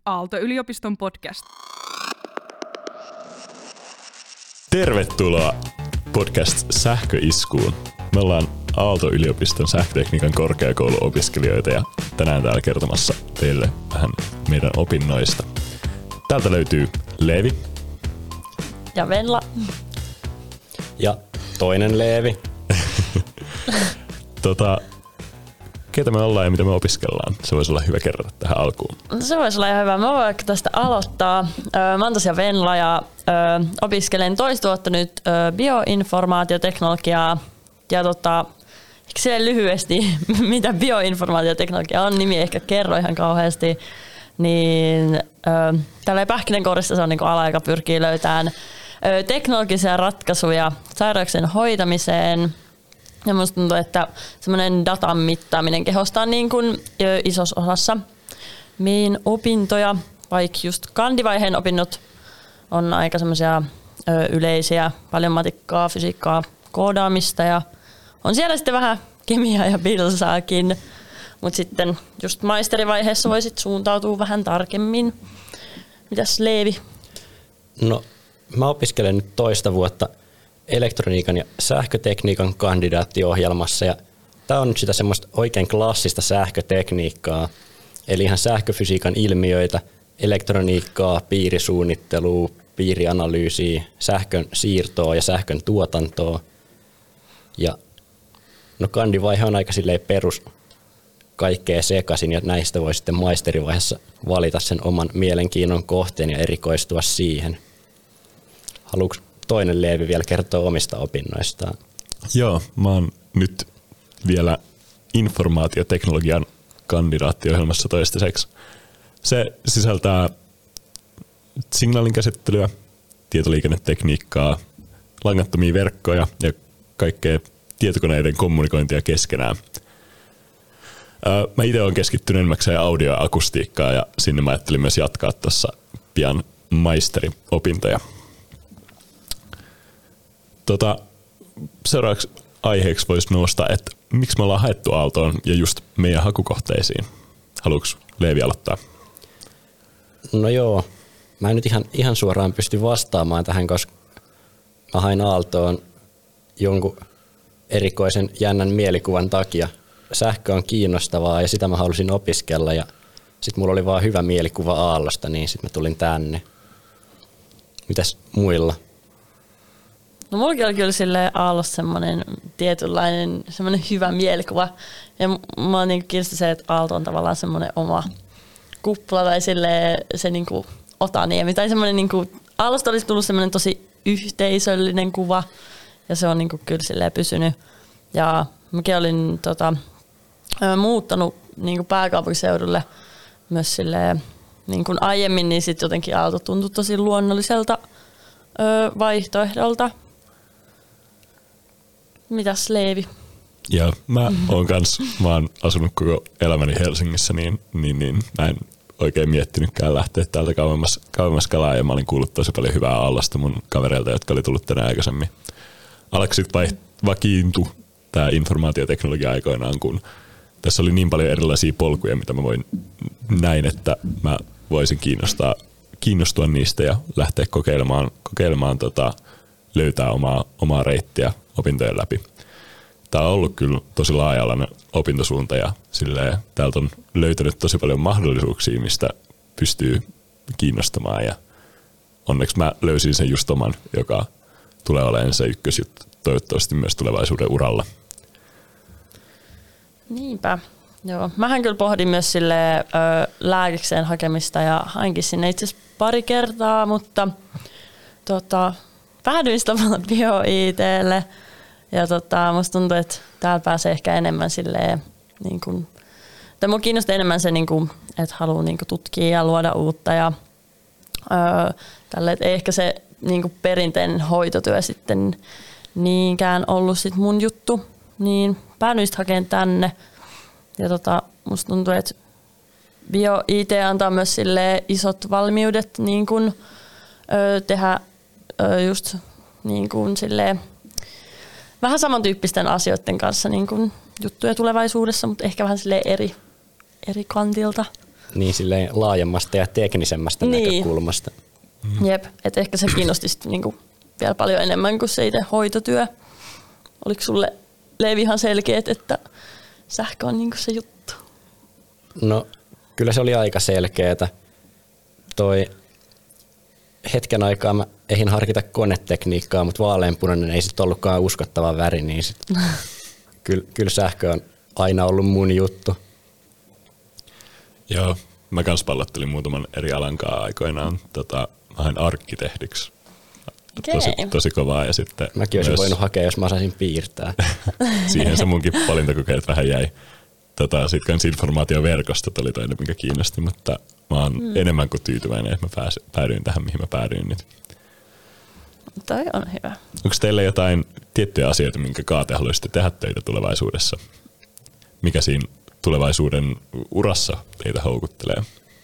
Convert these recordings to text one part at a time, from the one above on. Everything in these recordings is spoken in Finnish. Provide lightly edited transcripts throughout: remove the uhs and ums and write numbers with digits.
Aalto-yliopiston podcast. Tervetuloa podcast Sähköiskuun. Me ollaan Aalto-yliopiston sähkötekniikan korkeakouluopiskelijoita ja tänään täällä kertomassa teille vähän meidän opinnoista. Täältä löytyy Leevi. Ja Venla. Ja toinen Leevi. Ketä me ollaan ja mitä me opiskellaan? Se voisi olla hyvä kerrata tähän alkuun. Se voisi olla ihan hyvä. Mä voin vaikka tästä aloittaa. Mä oon tosiaan Venla ja opiskelen toista vuotta nyt bioinformaatioteknologiaa. Ja silleen lyhyesti, mitä bioinformaatioteknologia on, nimi ehkä kerro ihan kauheasti. Niin tällä pähkinänkuoressa se on niinku ala, joka pyrkii löytämään teknologisia ratkaisuja sairauksien hoitamiseen. Ja musta tuntuu, että semmoinen datan mittaaminen kehosta on niin kuin isossa osassa meidän opintoja, vaikka just kandivaiheen opinnot on aika semmoisia yleisiä, paljon matikkaa, fysiikkaa, koodaamista ja on siellä sitten vähän kemiaa ja pilsaakin, mutta sitten just maisterivaiheessa voisit suuntautua vähän tarkemmin. Mitäs Leevi? No, mä opiskelen nyt toista vuotta elektroniikan ja sähkötekniikan kandidaattiohjelmassa ja tää on nyt sitä semmoista oikein klassista sähkötekniikkaa, eli ihan sähköfysiikan ilmiöitä, elektroniikkaa, piirisuunnittelua, piirianalyysiä, sähkön siirtoa ja sähkön tuotantoa. Ja no kandivaihe on aika silleen perus kaikkea sekaisin ja näistä voi sitten maisterivaiheessa valita sen oman mielenkiinnon kohteen ja erikoistua siihen. Haluatko toinen Leevi vielä kertoo omista opinnoistaan? Joo, mä oon nyt vielä informaatioteknologian kandidaattiohjelmassa toistaiseksi. Se sisältää signaalin käsittelyä, tietoliikennetekniikkaa, langattomia verkkoja ja kaikkea tietokoneiden kommunikointia keskenään. Mä itse olen keskittynyt enimmäkseen audioakustiikkaan ja sinne mä ajattelin myös jatkaa tuossa pian maisteriopintoja. Seuraavaksi aiheeksi voisi nostaa, että miksi me ollaan haettu Aaltoon ja just meidän hakukohteisiin. Haluatko Leevi aloittaa? No joo, mä en nyt ihan suoraan pysty vastaamaan tähän, koska mä hain Aaltoon jonkun erikoisen jännän mielikuvan takia. Sähkö on kiinnostavaa ja sitä mä halusin opiskella ja sit mulla oli vaan hyvä mielikuva Aallosta, niin sit mä tulin tänne. Mitäs muilla? No mullakin oli kyllä silleen Aallossa semmoinen tietynlainen semmoinen hyvä mielikuva. Ja mä oon niinku kiinnostunut se, että Aalto on tavallaan semmoinen oma kuppula tai silleen se niinku Otaniemi. Tai semmoinen niinku, Aallosta olisi tullut semmoinen tosi yhteisöllinen kuva ja se on niinku kyllä silleen pysynyt. Ja mäkin olin muuttanut niinku pääkaupunkiseudulle myös silleen niinku aiemmin, niin sit jotenkin Aalto tuntui tosi luonnolliselta vaihtoehdolta. Mitäs Leevi? Joo, mä oon asunut koko elämäni Helsingissä, niin mä en oikein miettinytkään lähteä täältä kauemmas kalaa ja mä olin kuullut tosi paljon hyvää Aallosta mun kavereilta, jotka oli tullut tänä aikaisemmin. Aleksi vakiintui tää informaatioteknologia aikoinaan, kun tässä oli niin paljon erilaisia polkuja, mitä mä voin näin, että mä voisin kiinnostua niistä ja lähteä kokeilemaan löytää omaa reittiä opintojen läpi. Tää on ollut kyllä tosi laaja-alainen opintosuunta ja silleen, täältä on löytänyt tosi paljon mahdollisuuksia, mistä pystyy kiinnostamaan ja onneksi mä löysin sen just oman, joka tulee olemaan se ykkösjuttu toivottavasti myös tulevaisuuden uralla. Niinpä. Joo. Mähän kyllä pohdin myös lääkikseen hakemista ja hainkin sinne itse asiassa pari kertaa, mutta päädyin sitten bio-IT:lle ja musta tuntuu, että täällä pääsee ehkä enemmän silleen, niin kuin, tai mua kiinnostaa enemmän se, niin kuin, että haluaa niin kuin tutkia ja luoda uutta ja tälle, että ei ehkä se niin kuin perinteinen hoitotyö sitten niinkään ollut sit mun juttu, niin päädyin sitten hakemaan tänne. Ja musta tuntuu, että bio-IT antaa myös sille isot valmiudet niin kun, tehdä just niin kun, sille, vähän samantyyppisten asioiden kanssa niin kun, juttuja tulevaisuudessa, mutta ehkä vähän eri kantilta. niin silleen laajemmasta ja teknisemmästä näkökulmasta. Jep, että ehkä se kiinnosti sit niinku vielä paljon enemmän kuin se itse hoitotyö. Oliko sulle, Leevi, ihan selkeät, että sähkö on niinku se juttu? No kyllä se oli aika selkeätä. Toi hetken aikaa mä ehdin harkita konetekniikkaa, mutta vaaleanpunainen ei sitten ollutkaan uskottava väri, niin sit kyllä sähkö on aina ollut mun juttu. Joo, mä kans pallottelin muutaman eri alankaan aikoinaan. Mä hain arkkitehdiksi. Tosi kovaa. Ja sitten mäkin olisin voinut hakea, jos mä osaisin piirtää. Siihen se munkin valintakokeet vähän jäi. Sitten kans informaatioverkostot oli toinen, mikä kiinnosti, mutta mä oon enemmän kuin tyytyväinen, että mä päädyin tähän, mihin mä päädyin nyt. Toi on hyvä. Onko teillä jotain tiettyjä asioita, minkä te haluaisitte tehdä töitä tulevaisuudessa? Mikä siinä tulevaisuuden urassa teitä houkuttelee?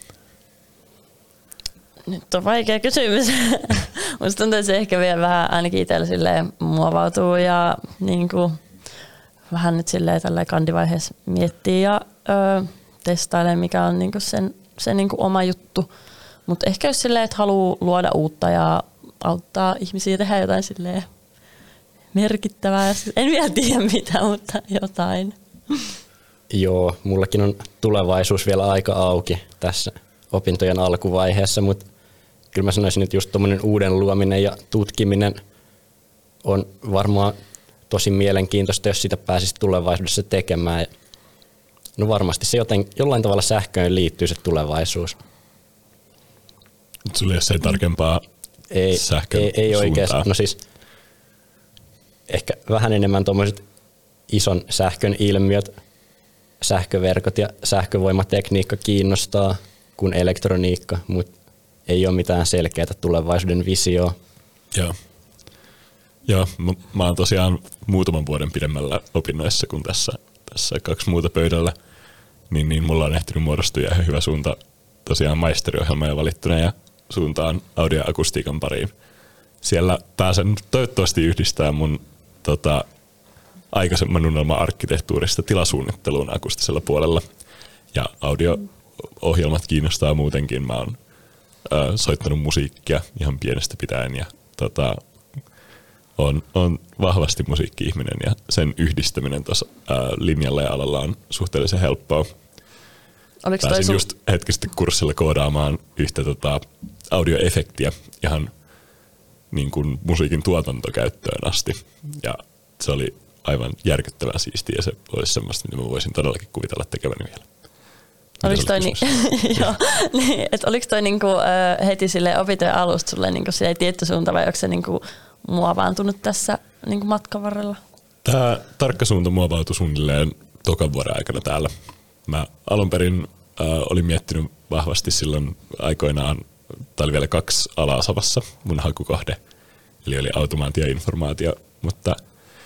Nyt on vaikea kysymys. Musta tuntuu, että se ehkä vielä vähän ainakin itsellä silleen muovautuu ja niin kuin vähän nyt silleen tällä kandivaiheessa miettii ja testailee, mikä on niinku se niinku oma juttu. Mutta ehkä jos silleen, että haluaa luoda uutta ja auttaa ihmisiä tehdä jotain silleen merkittävää. En vielä tiedä mitä, mutta jotain. Joo, mullakin on tulevaisuus vielä aika auki tässä opintojen alkuvaiheessa, mutta kyllä mä sanoisin, että just tommoinen uuden luominen ja tutkiminen on varmaan tosi mielenkiintoista, jos sitä pääsisi tulevaisuudessa tekemään. No varmasti se jollain tavalla sähköön liittyy se tulevaisuus. Sulla ei ole se tarkempaa sähkön ei oikeastaan. No siis ehkä vähän enemmän tuommoiset ison sähkön ilmiöt, sähköverkot ja sähkövoimatekniikka kiinnostaa kuin elektroniikka, mutta ei ole mitään selkeää tulevaisuuden visioa. Joo, mä oon tosiaan muutaman vuoden pidemmällä opinnoissa kuin tässä 2 muuta pöydällä, niin mulla on ehtinyt muodostua ihan hyvä suunta tosiaan maisteriohjelma jo valittuna ja suuntaan audioakustiikan pariin. Siellä pääsen toivottavasti yhdistää mun aikaisemman unelman arkkitehtuurista tilasuunnitteluun akustisella puolella. Ja audio-ohjelmat kiinnostaa muutenkin. Mä oon soittanut musiikkia ihan pienestä pitäen ja on vahvasti musiikki-ihminen ja sen yhdistäminen tuossa linjalla ja alalla on suhteellisen helppoa. Pääsin just hetki sitten kurssilla koodaamaan yhtä audioefektiä ihan niin kuin musiikin tuotantokäyttöön asti. Ja se oli aivan järkyttävän siistiä ja se olisi semmoista, mitä mä voisin todellakin kuvitella tekeväni vielä. Oliko toi niinku, heti sille opintojen alusta sulle niinku tietty suunta vai onko se niinku muovaantunut tässä niinku matkan varrella? Tämä tarkka suunta muovautui suunnilleen tokan vuoden aikana täällä. Mä alun perin olin miettinyt vahvasti silloin aikoinaan, tämä oli vielä 2 alaa samassa mun hakukohde, eli oli automaatio ja informaatio, mutta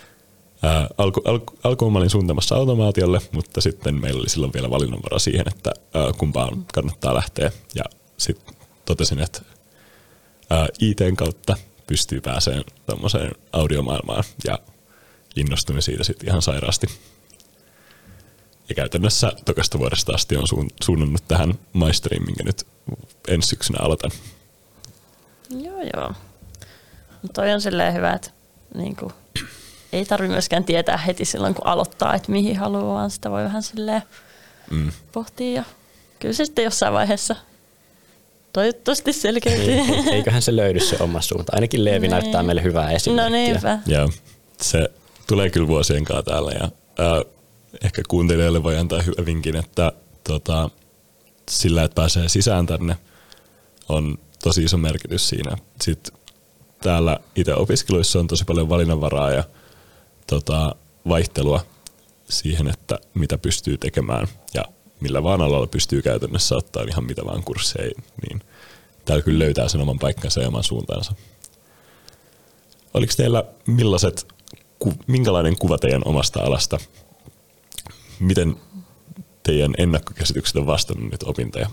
alkuun mä olin suuntamassa automaatiolle, mutta sitten meillä oli silloin vielä valinnanvara siihen, että kumpaan kannattaa lähteä. Ja sitten totesin, että IT:n kautta pystyy pääsemään tommoseen audiomaailmaan ja innostuin siitä sitten ihan sairaasti. Ja käytännössä tokasta vuodesta asti on suunnannut tähän maisteriin, minkä nyt ensi syksynä aloitan. Joo. Mutta toi on silleen hyvä, että niinku ei tarvitse myöskään tietää heti silloin, kun aloittaa, että mihin haluaa, vaan sitä voi vähän silleen pohtia. Ja kyllä se sitten jossain vaiheessa toivottavasti selkeytyy. Eiköhän se löydy se oma suunta. Ainakin Leevi näyttää meille hyvää esimerkkiä. No niinpä. Joo, se tulee kyllä vuosien kanssa täällä. Ja, ehkä kuuntelijoille voi antaa hyvä vinkin, että sillä, että pääsee sisään tänne, on tosi iso merkitys siinä. Sitten täällä itse opiskeluissa on tosi paljon valinnanvaraa ja vaihtelua siihen, että mitä pystyy tekemään ja millä vaan alalla pystyy käytännössä ottaa ihan mitä vaan kursseja, niin täällä kyllä löytää sen oman paikkansa ja oman suuntaansa. Oliko teillä minkälainen kuva teidän omasta alasta? Miten teidän ennakkokäsitykset on vastannut nyt opintoja?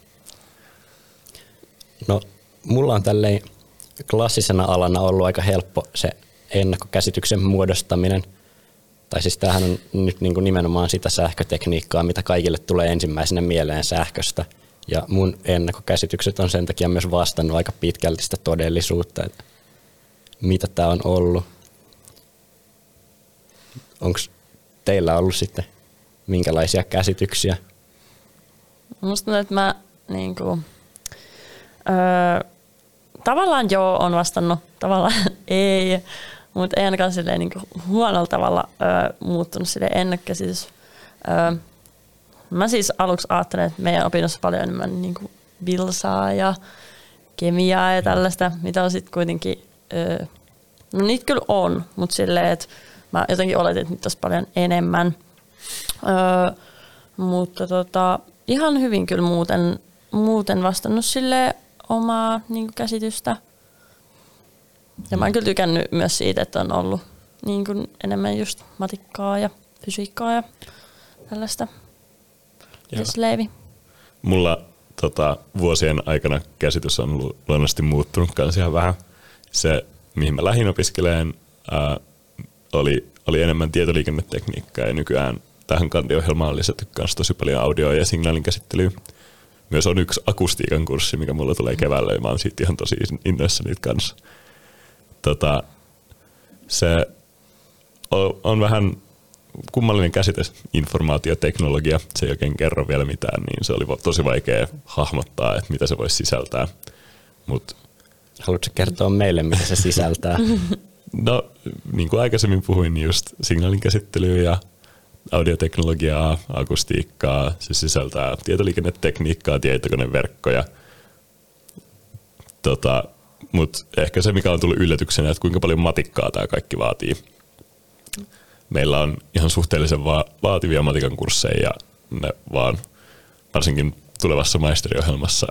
No, mulla on tälleen klassisena alana ollut aika helppo se ennakkokäsityksen muodostaminen. Tai siis tämähän on nyt niin kuin nimenomaan sitä sähkötekniikkaa, mitä kaikille tulee ensimmäisenä mieleen sähköstä. Ja mun ennakkokäsitykset on sen takia myös vastannut aika pitkälti sitä todellisuutta, että mitä tämä on ollut. Onko teillä ollut sitten minkälaisia käsityksiä? Musta tuntuu, että mä niinku, tavallaan joo on vastannut, tavallaan ei, mutta ei ainakaan silleen niinku huonolla tavalla muuttunut silleen ennakkäsitys. Mä siis aluksi ajattelin, että meidän opinnossa paljon enemmän niinku bilsaa ja kemiaa ja tällaista, mitä on sitten kuitenkin, no niitä kyllä on, mutta silleen, että mä jotenkin oletin, että niitä olisi paljon enemmän. Mutta ihan hyvin kyllä muuten vastannut silleen omaa niinku käsitystä. Ja mä oon kyllä tykännyt myös siitä, että on ollut niinku enemmän just matikkaa ja fysiikkaa ja tällaista. Mites Leevi? Mulla vuosien aikana käsitys on luonnollisesti muuttunut kans ihan vähän. Se, mihin mä lähdin opiskelemaan, oli enemmän tietoliikennetekniikkaa ja nykyään tähän kandiohjelmaan on lisätty kans tosi paljon audioa ja signaalin käsittelyä. Myös on yksi akustiikan kurssi, mikä mulla tulee keväällä ja mä oon siitä ihan tosi innoissani kanssa. Se on vähän kummallinen käsite, informaatioteknologia. Se ei oikein kerro vielä mitään, niin se oli tosi vaikea hahmottaa, että mitä se voisi sisältää. Haluatko kertoa meille, mitä se sisältää? No, niin kuin aikaisemmin puhuin, niin just signaalin käsittelyä ja audioteknologiaa, akustiikkaa, se sisältää tietoliikennetekniikkaa, tietokoneverkkoja. Mutta ehkä se, mikä on tullut yllätyksenä, että kuinka paljon matikkaa tämä kaikki vaatii. Meillä on ihan suhteellisen vaativia matikan kursseja ja ne vaan varsinkin tulevassa maisteriohjelmassa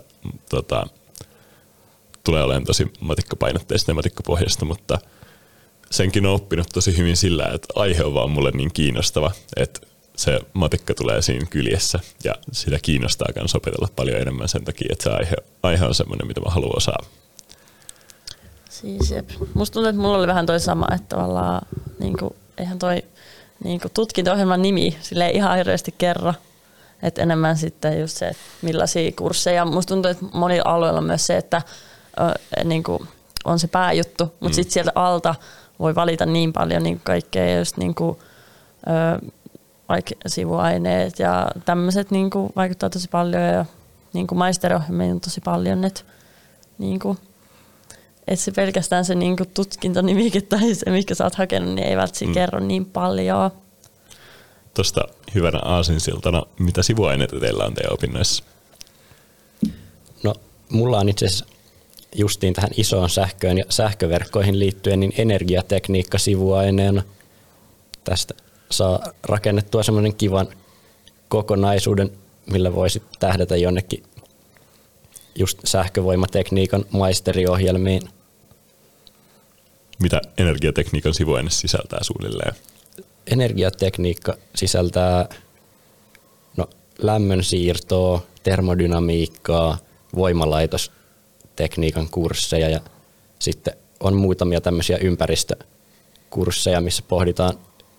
tulee olemaan tosi matikkapainotteista ja matikkapohjasta, mutta senkin on oppinut tosi hyvin sillä, että aihe on vaan mulle niin kiinnostava, että se matikka tulee siinä kyljessä ja sitä kiinnostaa myös opetella paljon enemmän sen takia, että se aihe on semmoinen, mitä mä haluan osaa. Siis jep. Musta tuntuu, että mulla oli vähän toi sama, että tavallaan niinku, eihän toi niinku, tutkinto-ohjelman nimi silleen ihan hirveästi kerro. Että enemmän sitten just se, että millaisia kursseja. Musta tuntuu, että monilla alueilla on myös se, että niinku, on se pääjuttu, mutta sitten sieltä alta voi valita niin paljon niin kaikkea, just niinku, vaikka sivuaineet ja tämmöiset niinku, vaikuttaa tosi paljon ja niinku, maisteriohjelmia on tosi paljon, että niinku, et se pelkästään se niinku, tutkintonimike tai se, mikä sä oot hakenut, niin ei välttämättä kerro niin paljon. Tuosta hyvänä aasinsiltana, mitä sivuaineita teillä on teidän opinnoissa? No, mulla on itse asiassa justiin tähän isoon sähköön ja sähköverkkoihin liittyen niin energiatekniikka sivuaineena. Tästä saa rakennettua semmoinen kivan kokonaisuuden, millä voisi tähdätä jonnekin just sähkövoimatekniikan maisteriohjelmiin. Mitä energiatekniikan sivuaine sisältää suunnilleen? Energiatekniikka sisältää lämmönsiirtoa, termodynamiikkaa, voimalaitostekniikan kursseja ja sitten on muutamia tämmöisiä ympäristökursseja, missä pohditaan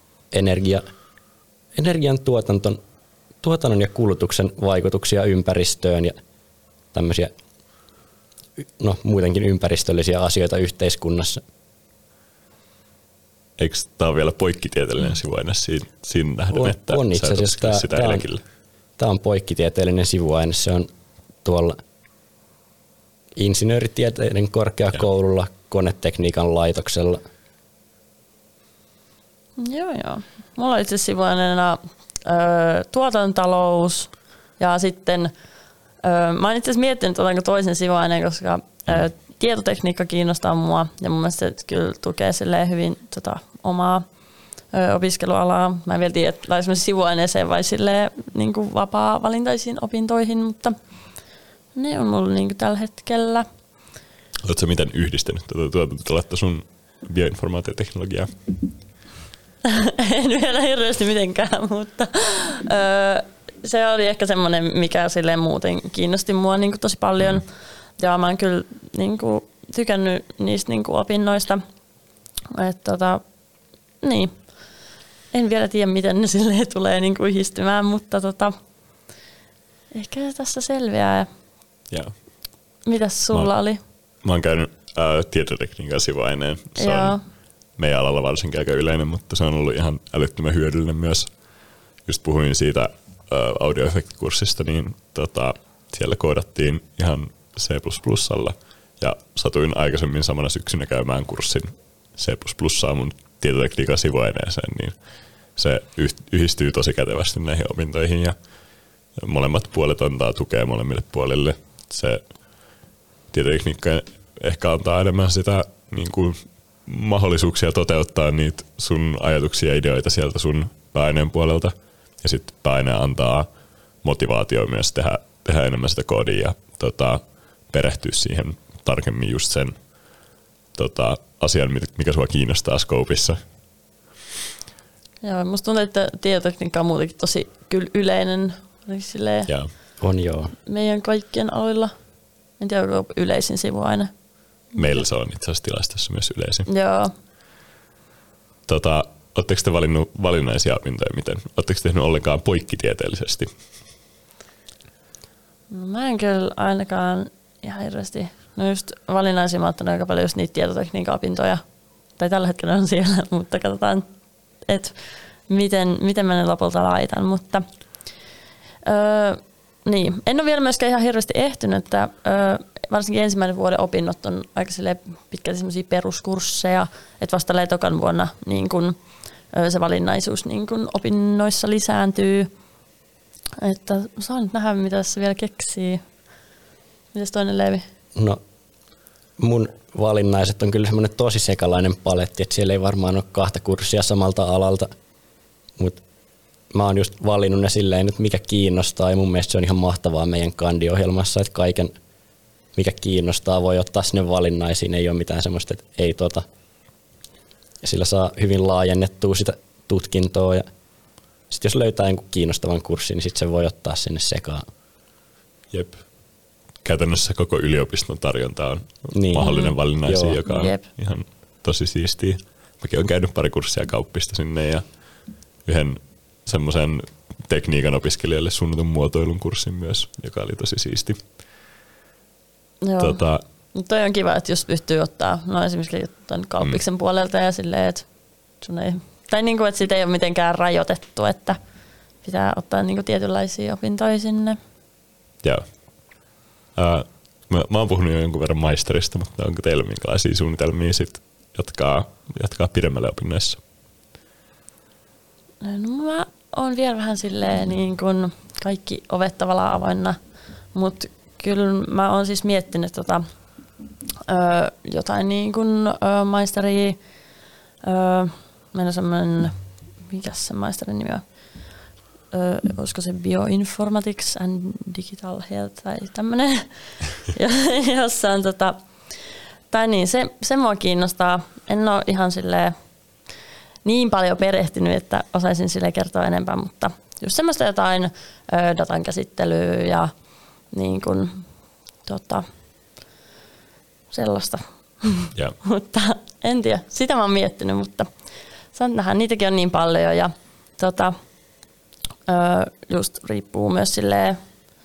energian tuotannon ja kulutuksen vaikutuksia ympäristöön ja tämmöisiä muutenkin ympäristöllisiä asioita yhteiskunnassa. Eikö tämä ole vielä poikkitieteellinen sivuaine siinä nähden, että on itse asiassa tämä on poikkitieteellinen sivuaine. Se on tuolla insinööritieteiden korkeakoululla konetekniikan laitoksella. Joo. Mulla on itse sivuaineena tuotantotalous ja sitten mä oon itse asiassa miettinyt, otanko toisen sivuaineen, koska tietotekniikka kiinnostaa mua ja mun mielestä se kyllä tukee hyvin omaa opiskelualaa. Mä en vielä tiedä, että laisi sivuaineeseen vai niin kuin vapaa-valintaisiin opintoihin, mutta ne on mulla niin kuin tällä hetkellä. Oletko sä miten yhdistänyt tuota sun bioinformaatioteknologiaa? En vielä hirveästi mitenkään, mutta se oli ehkä semmoinen, mikä muuten kiinnosti mua niin kuin tosi paljon. Ja mä oon kyllä niin kuin, tykännyt niistä niin kuin opinnoista. Niin. En vielä tiedä, miten ne silleen tulee niin kuin yhdistymään, mutta ehkä se tässä selviää. Joo. Mitäs sulla oli? Mä oon käynyt tietotekniikan sivuaineen. Se on meidän alalla varsinkin aika yleinen, mutta se on ollut ihan älyttömän hyödyllinen myös. Just puhuin siitä audioefektikurssista, niin siellä koodattiin ihan C++:lla ja satuin aikaisemmin samana syksynä käymään kurssin C++:aa mun tietotekniikan sivuaineeseen, niin se yhdistyy tosi kätevästi näihin opintoihin ja molemmat puolet antaa tukea molemmille puolille. Se tietotekniikka ehkä antaa enemmän sitä niin kuin mahdollisuuksia toteuttaa niitä sun ajatuksia ja ideoita sieltä sun pääaineen puolelta. Ja sitten pääaine antaa motivaatio myös tehdä enemmän sitä koodia ja perehtyä siihen tarkemmin just sen asian, mikä sua kiinnostaa Scopeissa. Joo, musta tuntuu, että tietotekniikka on muutenkin tosi kyllä yleinen. On joo. Meidän kaikkien aloilla. En tiedä, onko yleisin sivuaine. Meillä se on itse asiassa tilastossa myös yleisin. Joo. Oletteko te valinnut valinnaisia opintoja miten? Oletteko tehnyt ollenkaan poikkitieteellisesti? No, mä en kyllä ainakaan ihan hirveästi. No just valinnaisia mä ottanut aika paljon just niitä tietotekniikan opintoja. Tai tällä hetkellä on siellä, mutta katsotaan, että miten mä ne lopulta laitan. Mutta niin. En ole vielä myöskään ihan hirveästi ehtinyt, että varsinkin ensimmäinen vuoden opinnot on aika pitkälti semmoisia peruskursseja, että vasta tokan vuonna niin kun, se valinnaisuus niin kun opinnoissa lisääntyy. Että saan nyt nähdä, mitä se vielä keksii. Mitäs toinen Leevi? No mun valinnaiset on kyllä semmoinen tosi sekalainen paletti, että siellä ei varmaan ole 2 kurssia samalta alalta, mutta mä oon just valinnut ne silleen, että mikä kiinnostaa ja mun mielestä se on ihan mahtavaa meidän kandiohjelmassa, että kaiken mikä kiinnostaa voi ottaa sinne valinnaisiin, ei ole mitään semmoista, että ei ja sillä saa hyvin laajennettua sitä tutkintoa ja sitten jos löytää jonkun kiinnostavan kurssin, niin sitten se voi ottaa sinne sekaan. Jep. Käytännössä koko yliopiston tarjonta on mahdollinen valinnaisiin, joka on ihan tosi siistiä. Mäkin olen käynyt pari kurssia kauppista sinne ja yhden semmoisen tekniikan opiskelijalle suunnitun muotoilun kurssin myös, joka oli tosi siisti. Joo. Toi on kiva, että jos pystyy ottaa esimerkiksi kauppiksen puolelta ja silleen, että sun ei, tai niin kuin, että siitä ei ole mitenkään rajoitettu, että pitää ottaa niin kuin tietynlaisia opintoja sinne. Joo. Mä oon puhunut jo jonkun verran maisterista, mutta onko teillä minkälaisia suunnitelmia sit jatkaa pidemmälle opinnoissa? No mä oon vielä vähän silleen niin kuin kaikki ovet tavallaan avoinna, mutta kyllä mä oon siis miettinyt jotain niin kuin maisteria. Meillä on semmoinen, mikä se maisterin nimi on? Olisiko se Bioinformatics and Digital Health tai tämmöinen, jossa on tai niin, se mua kiinnostaa. En ole ihan silleen niin paljon perehtynyt, että osaisin sille kertoa enempää, mutta just semmoista jotain datan käsittelyä ja niin kuin, sellaista. Yeah. Mutta en tiedä, sitä mä oon miettinyt, mutta saan nähdä, niitäkin on niin paljon ja just riippuu myös silleen,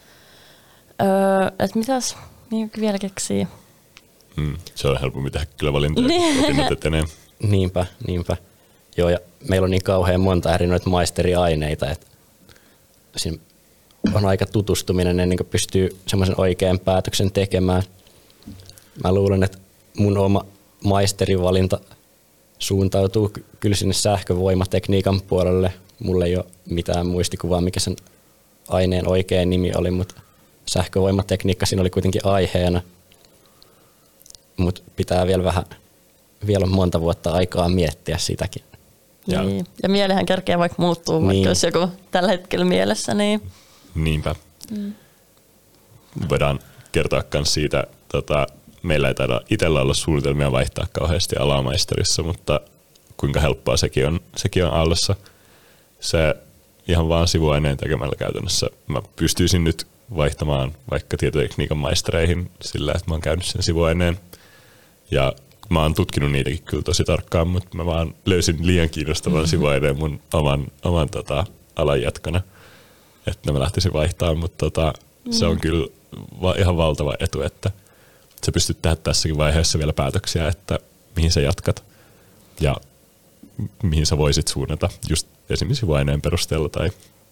että mitäs niin vielä keksii. Se on helpommin tehdä kyllä valintoja, opinnot etenee. Niinpä. Joo, ja meillä on niin kauhean monta eri noita maisteriaineita, että siinä on aika tutustuminen ennen kuin pystyy semmoisen oikean päätöksen tekemään. Mä luulen, että mun oma maisterivalinta suuntautuu kyllä sinne sähkövoimatekniikan puolelle. Mulla ei ole mitään muistikuvaa, mikä sen aineen oikea nimi oli, mutta sähkövoimatekniikka siinä oli kuitenkin aiheena. Mutta pitää vielä monta vuotta aikaa miettiä sitäkin. Niin. Ja mielehän kerkeä vaikka muuttuu, vaikka jos joku tällä hetkellä mielessä. Niin. Niinpä. Voidaan kertoa myös siitä, meillä ei taida itsellä olla suunnitelmia vaihtaa kauheasti alaa maisterissa, mutta kuinka helppoa sekin on Aallossa. Se ihan vaan sivuaineen tekemällä käytännössä. Mä pystyisin nyt vaihtamaan vaikka tietotekniikan maistereihin sillä, että mä oon käynyt sen sivuaineen. Ja Mä oon tutkinut niitäkin kyllä tosi tarkkaan, mutta mä vaan löysin liian kiinnostavan sivuaineen mun oman alan jatkona, että mä lähtisin vaihtamaan, mutta se on kyllä ihan valtava etu, että sä pystyt tehdä tässäkin vaiheessa vielä päätöksiä, että mihin sä jatkat ja mihin sä voisit suunnata just esimerkiksi sivuaineen perusteella tai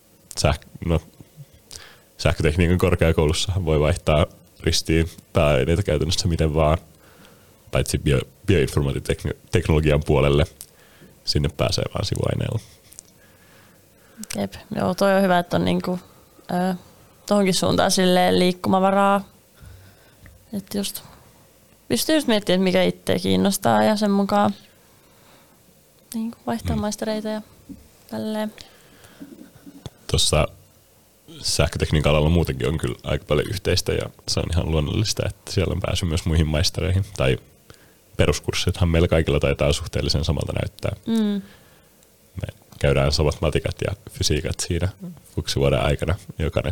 sähkötekniikan korkeakoulussa voi vaihtaa ristiin pääaineita käytännössä miten vaan, paitsi bioinformaatioteknologian puolelle, sinne pääsee vaan sivuaineella. Jep, joo, toi on hyvä, että on niinku, tohonkin suuntaan silleen liikkumavaraa. Että just pystyy just miettimään, mikä itseä kiinnostaa ja sen mukaan niin vaihtaa maistereita ja tälleen. Tuossa sähkötekniikan alalla muutenkin on kyllä aika paljon yhteistä ja se on ihan luonnollista, että siellä on päässyt myös muihin maistereihin. Tai peruskurssithan meillä kaikilla taitaa suhteellisen samalta näyttää. Me käydään samat matikat ja fysiikat siinä fuksivuoden aikana jokainen.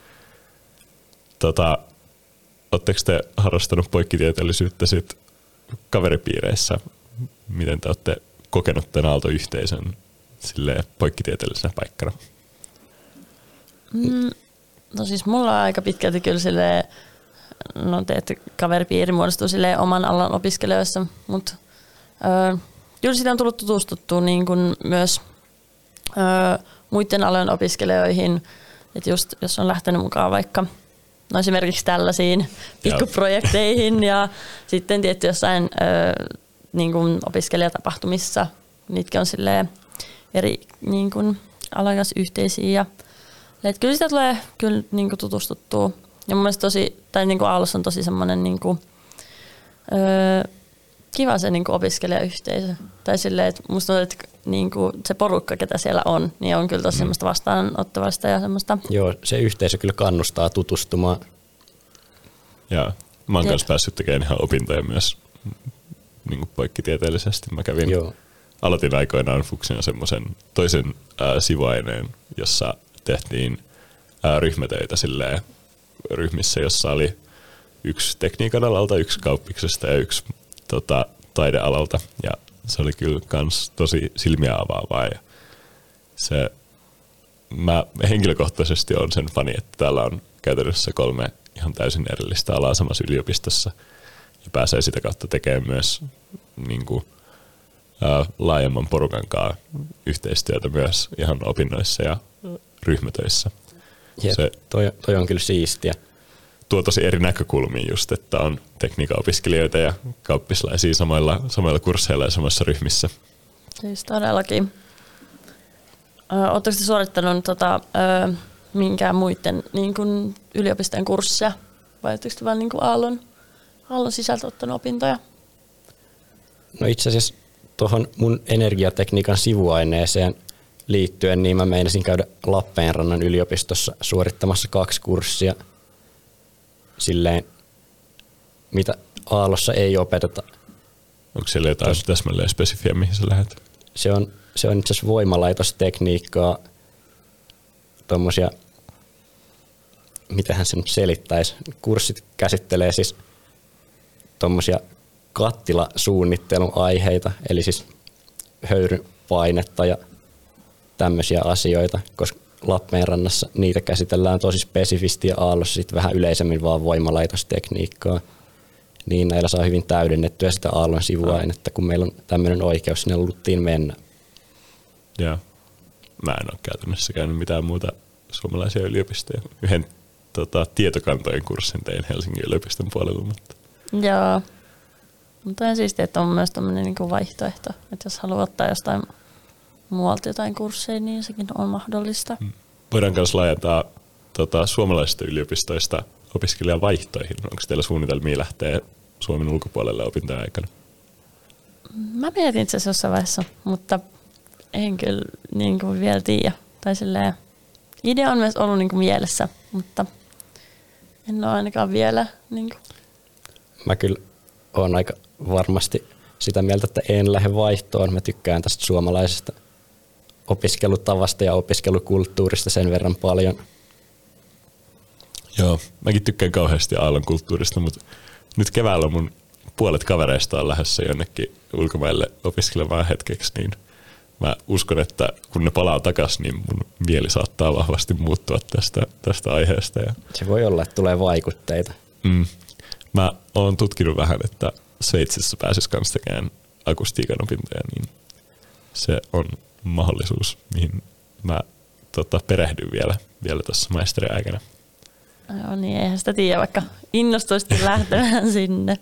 Oletteko te harrastanut poikkitieteellisyyttä sit kaveripiireissä? Miten te olette kokenut tämän Aalto-yhteisön poikkitieteellisenä paikkana? No siis mulla on aika pitkälti kyllä silleen, kaveripiiri muodostuu silleen oman alan opiskelijoissa, mutta kyllä siitä on tullut tutustuttua niin kuin myös muiden alojen opiskelijoihin, että just jos on lähtenyt mukaan vaikka esimerkiksi tällaisiin pikkuprojekteihin ja sitten tietty jossain niin kuin opiskelijatapahtumissa, niitäkin on silleen eri niin kuin alan kanssa yhteisiä ja että kyllä sitä tulee kyllä niin kuin tutustuttua. Ja mun mielestä niin kuin Aallossa on tosi semmoinen niin kuin, kiva se niin kuin opiskelijayhteisö. Tai silleen, että musta tuntuu, että niin kuin se porukka, ketä siellä on, niin on kyllä tosi semmoista vastaanottavasta ja semmoista. Joo, se yhteisö kyllä kannustaa tutustumaan. Ja mä oon kanssa päässyt tekemään ihan opintoja myös niin kuin poikkitieteellisesti. Mä aloitin aikoinaan Fuksina semmoisen toisen sivuaineen, jossa tehtiin ryhmätöitä silleen ryhmissä, jossa oli yksi tekniikan alalta, yksi kauppiksesta ja yksi taidealalta. Ja se oli kyllä kans tosi silmiä avaavaa. Ja mä henkilökohtaisesti olen sen fani, että täällä on käytännössä 3 ihan täysin erillistä alaa samassa yliopistossa. Ja pääsee sitä kautta tekemään myös niin kuin, laajemman porukan kanssa yhteistyötä myös ihan opinnoissa ja ryhmätöissä. Toi on kyllä siistiä. Tuo tosi eri näkökulmia just, että on tekniikan opiskelijoita ja kauppislaisia samoilla kursseilla ja samassa ryhmissä. Siis todellakin. Oletteko te suorittanut minkään muiden niin kuin yliopistojen kursseja vai oletteko te vain niin kuin Aallon sisältä ottanut opintoja? No itse asiassa tuohon mun energiatekniikan sivuaineeseen liittyen, niin mä meinasin käydä Lappeenrannan yliopistossa suorittamassa 2 kurssia. Silleen, mitä Aallossa ei opeteta. Onko siellä jotain täsmälleen spesifiä, mihin sä lähdet? Se on itse asiassa voimalaitostekniikkaa, tommosia, mitähän se nyt selittäisi. Kurssit käsittelee siis tommosia kattilasuunnittelun aiheita, eli siis höyrypainetta ja tämmöisiä asioita, koska Lappeenrannassa niitä käsitellään tosi spesifisti ja Aallossa sitten vähän yleisemmin vaan voimalaitostekniikkaa. Niin näillä saa hyvin täydennettyä sitä Aallon sivuainetta, kun meillä on tämmöinen oikeus sinne luttiin mennä. Joo. Mä en ole käytännössä käynyt mitään muuta suomalaisia yliopistoja. Yhden tietokantojen kurssin tein Helsingin yliopiston puolella. Mutta. Joo. Mutta on siistiä, että on myös tämmöinen niinku vaihtoehto, että jos haluaa ottaa jostain muualta jotain kursseja, niin sekin on mahdollista. Voidaan myös laajentaa suomalaisista yliopistoista opiskelijavaihtoihin. Onko teillä suunnitelmia lähteä Suomen ulkopuolelle opintojen aikana? Mä mietin itse asiassa jossain vaiheessa, mutta en kyllä niin kuin vielä tiedä. Tai silleen, idea on myös ollut niin kuin mielessä, mutta en ole ainakaan vielä. Niin kuin. Mä kyllä olen aika varmasti sitä mieltä, että en lähde vaihtoon. Mä tykkään tästä suomalaisesta opiskelutavasta ja opiskelukulttuurista sen verran paljon. Joo, mäkin tykkään kauheasti Aallon kulttuurista, mutta nyt keväällä on mun puolet kavereista on lähdössä jonnekin ulkomaille opiskelemaan hetkeksi, niin mä uskon, että kun ne palaa takaisin, niin mun mieli saattaa vahvasti muuttua tästä aiheesta. Ja se voi olla, että tulee vaikutteita. Mä oon tutkinut vähän, että Sveitsissä pääsis kanssa tekemään akustiikan opintoja, niin se on mahdollisuus, mihin mä perehdyn vielä tuossa maisteriaikana. Joo, niin eihän sitä tiedä, vaikka innostuisesti lähtemään sinne.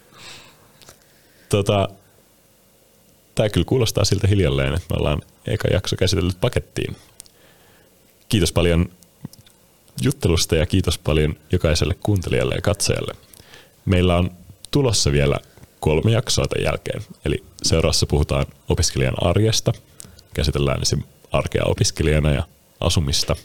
Tää kyllä kuulostaa siltä hiljalleen, että me ollaan eka jakso käsitellyt pakettiin. Kiitos paljon juttelusta ja kiitos paljon jokaiselle kuuntelijalle ja katsojalle. Meillä on tulossa vielä 3 jaksoa tämän jälkeen. Eli seuraavassa puhutaan opiskelijan arjesta. Käsitellään esim. Arkea opiskelijana ja asumista.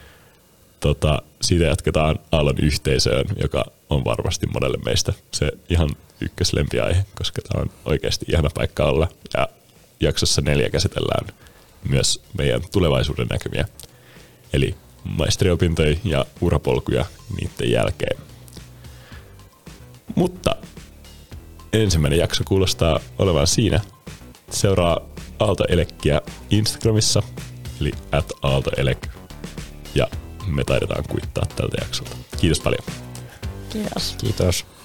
Siitä jatketaan Aallon yhteisöön, joka on varmasti monelle meistä se ihan ykköslempiaihe, koska tämä on oikeasti ihana paikka olla. Ja jaksossa 4 käsitellään myös meidän tulevaisuuden näkymiä. Eli maisteriopintoja ja urapolkuja niiden jälkeen. Mutta ensimmäinen jakso kuulostaa olevan siinä. Seuraa Aalto-Elekkiä Instagramissa, eli @aaltoelek. Ja me taidetaan kuittaa tältä jaksolta. Kiitos paljon. Kiitos. Kiitos.